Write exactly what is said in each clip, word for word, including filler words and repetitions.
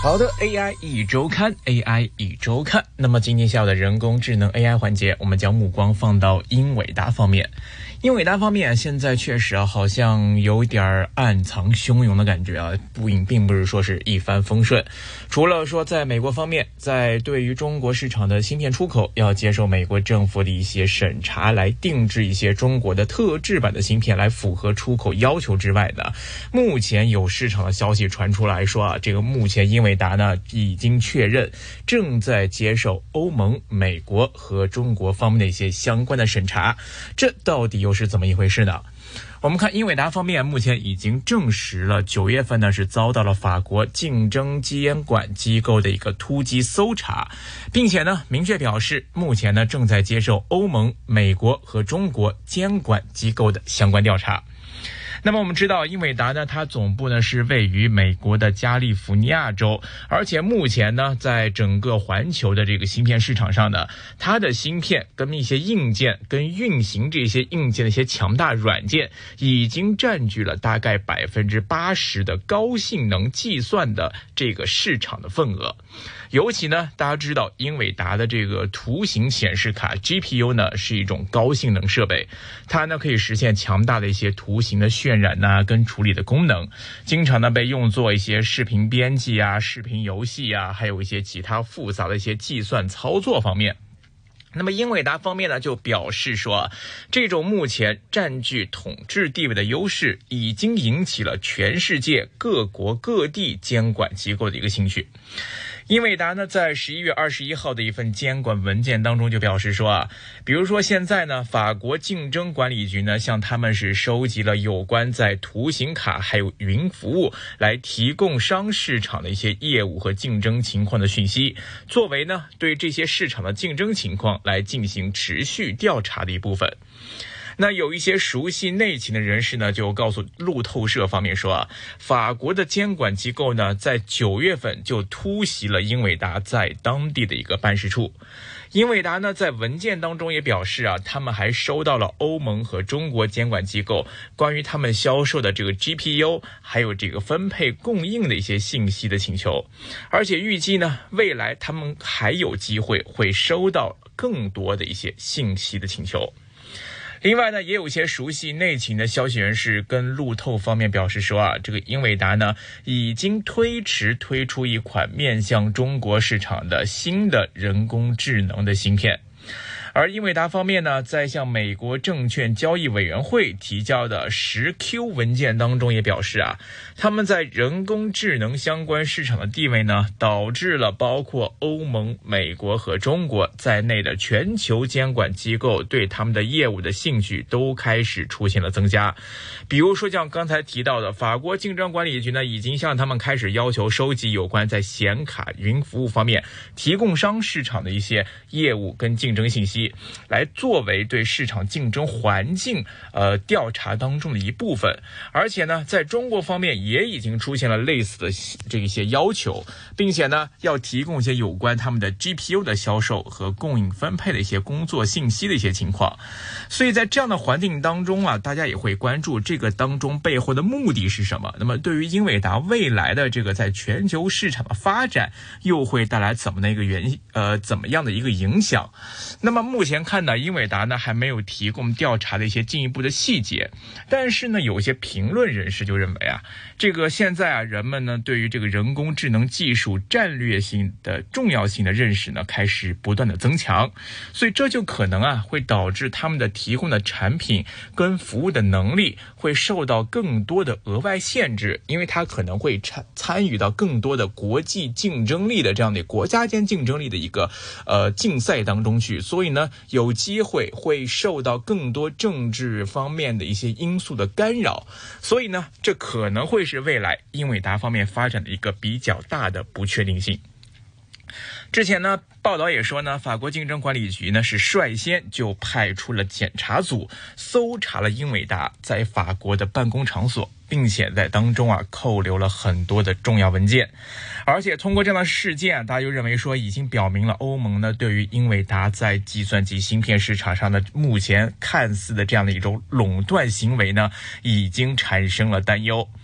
好的 ，A I 一周刊 ，A I 一周刊。那么今天下午的人工智能 A I 环节，我们将目光放到英伟达方面。英伟达方面现在确实啊，好像有点暗藏汹涌的感觉啊，不并不是说是一帆风顺。除了说在美国方面，在对于中国市场的芯片出口要接受美国政府的一些审查，来定制一些中国的特制版的芯片来符合出口要求之外呢，目前有市场的消息传出来说啊，这个目前英伟达呢已经确认正在接受欧盟、美国和中国方面的一些相关的审查，这到底又是怎么一回事呢？我们看英伟达方面目前已经证实了，九月份呢是遭到了法国竞争监管机构的一个突击搜查，并且呢明确表示，目前呢正在接受欧盟、美国和中国监管机构的相关调查。那么我们知道，英伟达呢，它总部呢是位于美国的加利福尼亚州，而且目前呢，在整个环球的这个芯片市场上呢，它的芯片跟一些硬件、跟运行这些硬件的一些强大软件，已经占据了大概百分之八十的高性能计算的这个市场的份额。尤其呢，大家知道英伟达的这个图形显示卡 G P U 呢是一种高性能设备，它呢可以实现强大的一些图形的渲染呐、啊、跟处理的功能，经常呢被用作一些视频编辑啊、视频游戏啊，还有一些其他复杂的一些计算操作方面。那么英伟达方面呢就表示说，这种目前占据统治地位的优势已经引起了全世界各国各地监管机构的一个兴趣。英伟达呢，在十一月二十一号的一份监管文件当中就表示说啊，比如说现在呢，法国竞争管理局呢，向他们是收集了有关在图形卡还有云服务来提供商市场的一些业务和竞争情况的讯息，作为呢对这些市场的竞争情况来进行持续调查的一部分。那有一些熟悉内情的人士呢，就告诉路透社方面说啊，法国的监管机构呢，在九月份就突袭了英伟达在当地的一个办事处。英伟达呢，在文件当中也表示啊，他们还收到了欧盟和中国监管机构关于他们销售的这个 G P U 还有这个分配供应的一些信息的请求，而且预计呢，未来他们还有机会会收到更多的一些信息的请求。另外呢，也有一些熟悉内情的消息人士跟路透方面表示说啊，这个英伟达呢已经推迟推出一款面向中国市场的新的人工智能的芯片。而英伟达方面呢，在向美国证券交易委员会提交的 十 Q 文件当中也表示啊，他们在人工智能相关市场的地位呢，导致了包括欧盟、美国和中国在内的全球监管机构对他们的业务的兴趣都开始出现了增加。比如说像刚才提到的，法国竞争管理局呢，已经向他们开始要求收集有关在显卡云服务方面提供商市场的一些业务跟竞争信息，来作为对市场竞争环境呃调查当中的一部分。而且呢，在中国方面也已经出现了类似的这一些要求，并且呢，要提供一些有关他们的 G P U 的销售和供应分配的一些工作信息的一些情况。所以在这样的环境当中啊，大家也会关注这个当中背后的目的是什么。那么对于英伟达未来的这个在全球市场的发展，又会带来怎么的一个原呃怎么样的一个影响？那么目前看呢，英伟达呢还没有提供调查的一些进一步的细节，但是呢，有些评论人士就认为啊，这个现在啊，人们呢对于这个人工智能技术战略性的重要性的认识呢，开始不断的增强，所以这就可能啊会导致他们的提供的产品跟服务的能力会受到更多的额外限制，因为它可能会参参与到更多的国际竞争力的这样的国家间竞争力的一个呃竞赛当中去，所以呢，有机会会受到更多政治方面的一些因素的干扰，所以呢，这可能会是未来英伟达方面发展的一个比较大的不确定性。之前呢，报道也说呢，法国竞争管理局呢是率先就派出了检查组搜查了英伟达在法国的办公场所，并且在当中啊扣留了很多的重要文件。而且通过这样的事件，大家就认为说已经表明了欧盟呢对于英伟达在计算机芯片市场上的目前看似的这样的一种垄断行为呢，已经产生了担忧。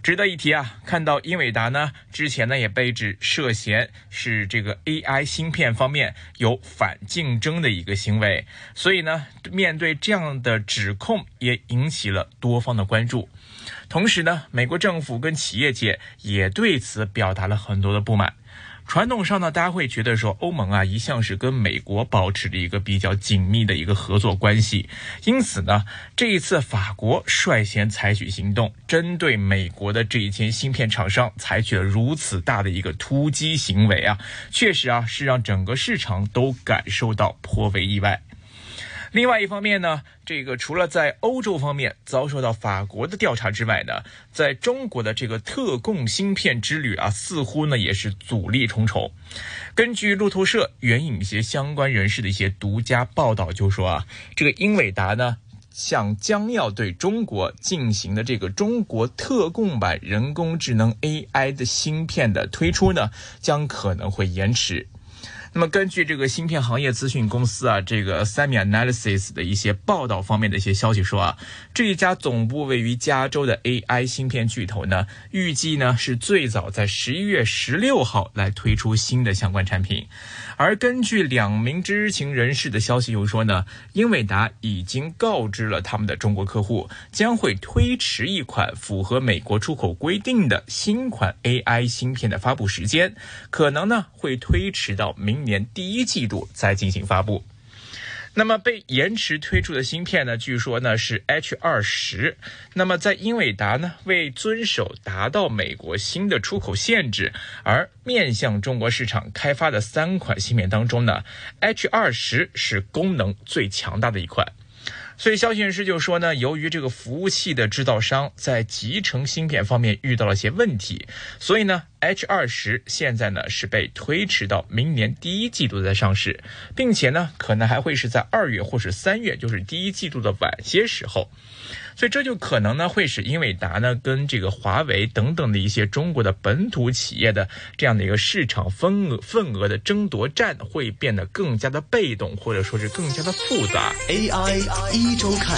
值得一提啊，看到英伟达呢之前呢也被指涉嫌是这个 A I 芯片方面有反竞争的一个行为，所以呢面对这样的指控也引起了多方的关注。同时呢，美国政府跟企业界也对此表达了很多的不满。传统上呢，大家会觉得说欧盟啊一向是跟美国保持着一个比较紧密的一个合作关系，因此呢，这一次法国率先采取行动，针对美国的这一间芯片厂商采取了如此大的一个突击行为啊，确实啊是让整个市场都感受到颇为意外。另外一方面呢，这个除了在欧洲方面遭受到法国的调查之外呢，在中国的这个特供芯片之旅啊，似乎呢也是阻力重重。根据路透社援引一些相关人士的一些独家报道，就说啊，这个英伟达呢，像将要对中国进行的这个中国特供版人工智能 A I 的芯片的推出呢，将可能会延迟。那么根据这个芯片行业资讯公司啊，这个 SemiAnalysis 的一些报道方面的一些消息说啊，这一家总部位于加州的 A I 芯片巨头呢，预计呢是最早在十一月十六号来推出新的相关产品。而根据两名知情人士的消息又说呢，英伟达已经告知了他们的中国客户，将会推迟一款符合美国出口规定的新款 A I 芯片的发布时间，可能呢会推迟到明年第一季度再进行发布。那么被延迟推出的芯片呢，据说呢是 H 二十。那么在英伟达呢为遵守达到美国新的出口限制而面向中国市场开发的三款芯片当中呢， H 二十是功能最强大的一款。所以消息人士就说呢，由于这个服务器的制造商在集成芯片方面遇到了些问题，所以呢 H 二十 现在呢是被推迟到明年第一季度再上市，并且呢可能还会是在二月或是三月，就是第一季度的晚些时候。所以这就可能呢会使英伟达呢跟这个华为等等的一些中国的本土企业的这样的一个市场份额份额的争夺战会变得更加的被动，或者说是更加的复杂。 A I 一周看。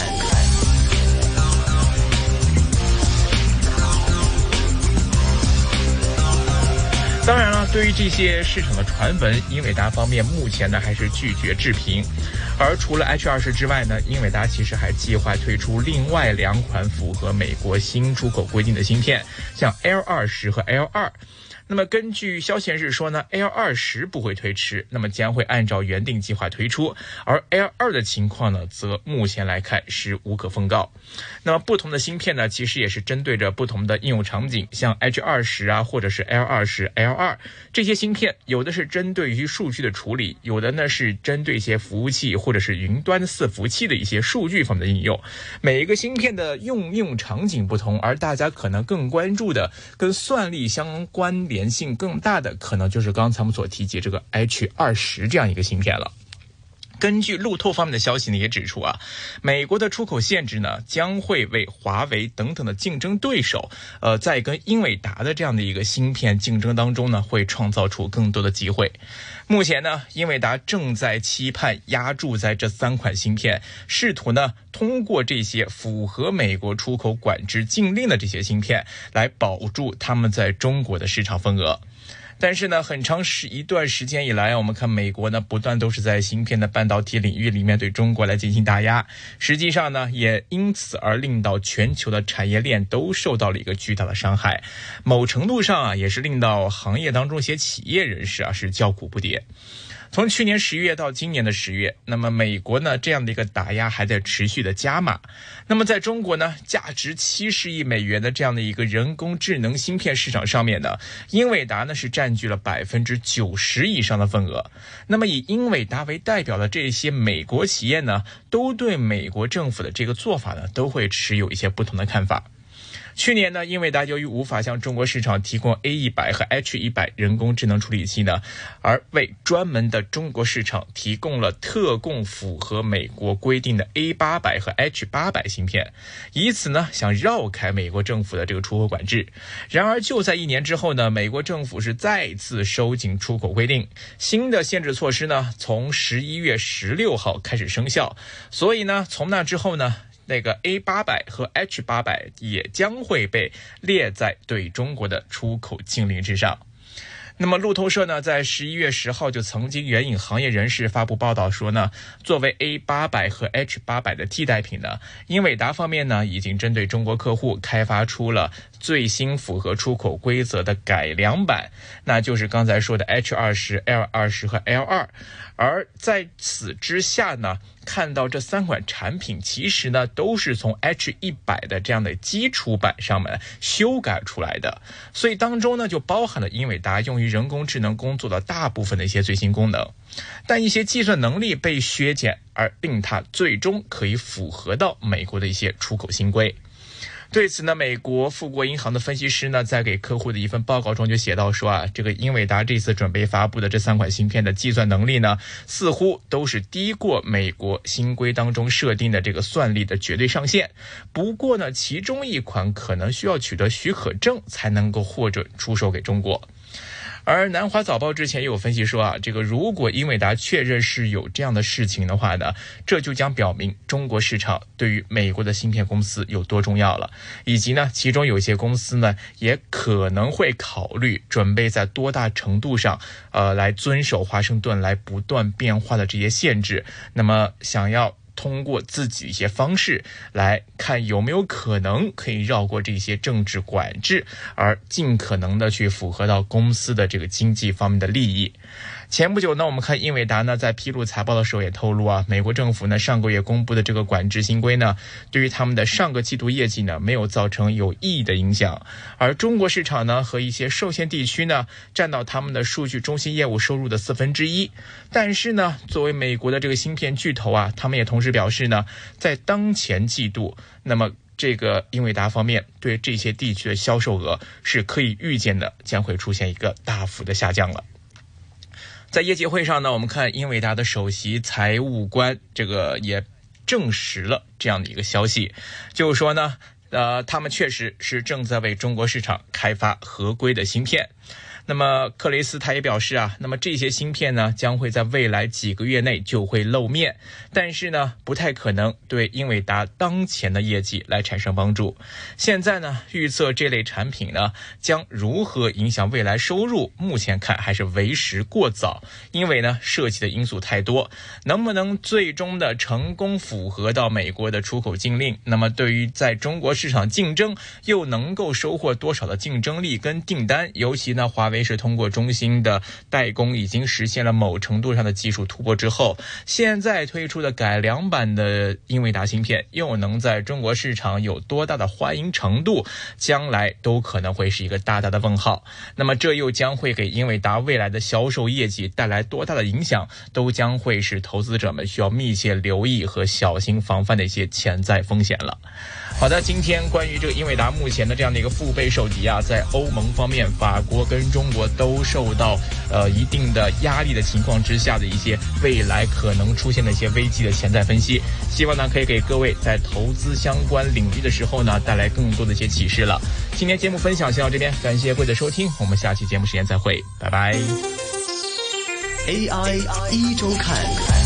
当然了，对于这些市场的传闻，英伟达方面目前呢还是拒绝置评。而除了 H 二十 之外呢，英伟达其实还计划推出另外两款符合美国新出口规定的芯片，像 L 二十 和 L 二。那么根据消息人士说呢 ，L 二十 不会推迟，那么将会按照原定计划推出，而 L 二 的情况呢，则目前来看是无可奉告。那么不同的芯片呢，其实也是针对着不同的应用场景，像 H 二十 啊，或者是 L 二十、L 二 这些芯片，有的是针对于数据的处理，有的呢是针对一些服务器或者是云端伺服器的一些数据方面的应用。每一个芯片的用用场景不同，而大家可能更关注的跟算力相关联性更大的，可能就是刚才我们所提及这个 H 二十 这样一个芯片了。根据路透方面的消息呢，也指出啊，美国的出口限制呢，将会为华为等等的竞争对手，呃，在跟英伟达的这样的一个芯片竞争当中呢，会创造出更多的机会。目前呢，英伟达正在期盼压注在这三款芯片，试图呢通过这些符合美国出口管制禁令的这些芯片，来保住他们在中国的市场份额。但是呢，很长时一段时间以来，我们看美国呢，不断都是在芯片的半导体领域里面对中国来进行打压，实际上呢，也因此而令到全球的产业链都受到了一个巨大的伤害。某程度上啊，也是令到行业当中一些企业人士啊是叫苦不迭。从去年十月到今年的十月，那么美国呢这样的一个打压还在持续的加码。那么在中国呢，价值七十亿美元的这样的一个人工智能芯片市场上面呢，英伟达呢是占据了百分之九十以上的份额。那么以英伟达为代表的这些美国企业呢，都对美国政府的这个做法呢，都会持有一些不同的看法。去年呢，英伟达由于无法向中国市场提供 A 一百 和 H 一百 人工智能处理器呢，而为专门的中国市场提供了特供符合美国规定的 A 八百 和 H 八百 芯片，以此呢想绕开美国政府的这个出口管制。然而就在一年之后呢，美国政府是再次收紧出口规定，新的限制措施呢从十一月十六号开始生效，所以呢从那之后呢， 那个 A 八百和 H 八百也将会被列在对中国的出口禁令之上。那么路透社呢，在十一月十号就曾经援引行业人士发布报道说呢，作为 A 八百和 H 八百的替代品呢，英伟达方面呢已经针对中国客户开发出了最新符合出口规则的改良版，那就是刚才说的 H 二十、L 二十和 L 二。而在此之下呢，看到这三款产品其实呢都是从 H 一百的这样的基础版上面修改出来的，所以当中呢就包含了英伟达用于人工智能工作的大部分的一些最新功能，但一些计算能力被削减，而令它最终可以符合到美国的一些出口新规。对此呢，美国富国银行的分析师呢，在给客户的一份报告中就写到说啊，这个英伟达这次准备发布的这三款芯片的计算能力呢，似乎都是低过美国新规当中设定的这个算力的绝对上限。不过呢，其中一款可能需要取得许可证才能够获准出售给中国。而南华早报之前也有分析说啊，这个如果英伟达确认是有这样的事情的话呢，这就将表明中国市场对于美国的芯片公司有多重要了，以及呢，其中有些公司呢也可能会考虑准备在多大程度上，呃，来遵守华盛顿来不断变化的这些限制，那么想要通过自己一些方式来看有没有可能可以绕过这些政治管制，而尽可能的去符合到公司的这个经济方面的利益。前不久呢，我们看英伟达呢在披露财报的时候也透露啊，美国政府呢上个月公布的这个管制新规呢，对于他们的上个季度业绩呢没有造成有意义的影响，而中国市场呢和一些受限地区呢占到他们的数据中心业务收入的四分之一。但是呢，作为美国的这个芯片巨头啊，他们也同时表示呢，在当前季度，那么这个英伟达方面对这些地区的销售额是可以预见的将会出现一个大幅的下降了。在业绩会上呢，我们看英伟达的首席财务官这个也证实了这样的一个消息，就是说呢，呃，他们确实是正在为中国市场开发合规的芯片。那么克雷斯他也表示啊，那么这些芯片呢将会在未来几个月内就会露面，但是呢不太可能对英伟达当前的业绩来产生帮助。现在呢预测这类产品呢将如何影响未来收入，目前看还是为时过早，因为呢涉及的因素太多，能不能最终的成功符合到美国的出口禁令，那么对于在中国市场竞争又能够收获多少的竞争力跟订单，尤其呢华为是通过中兴的代工已经实现了某程度上的技术突破之后，现在推出的改良版的英伟达芯片又能在中国市场有多大的欢迎程度，将来都可能会是一个大大的问号。那么这又将会给英伟达未来的销售业绩带来多大的影响，都将会是投资者们需要密切留意和小心防范的一些潜在风险了。好的，今天关于这个英伟达目前的这样的一个腹背受敌啊，在欧盟方面，法国跟中国都受到呃一定的压力的情况之下的一些未来可能出现的一些危机的潜在分析，希望呢可以给各位在投资相关领域的时候呢带来更多的一些启示了。今天节目分享先到这边，感谢各位的收听，我们下期节目时间再会，拜拜。 A I 一周看。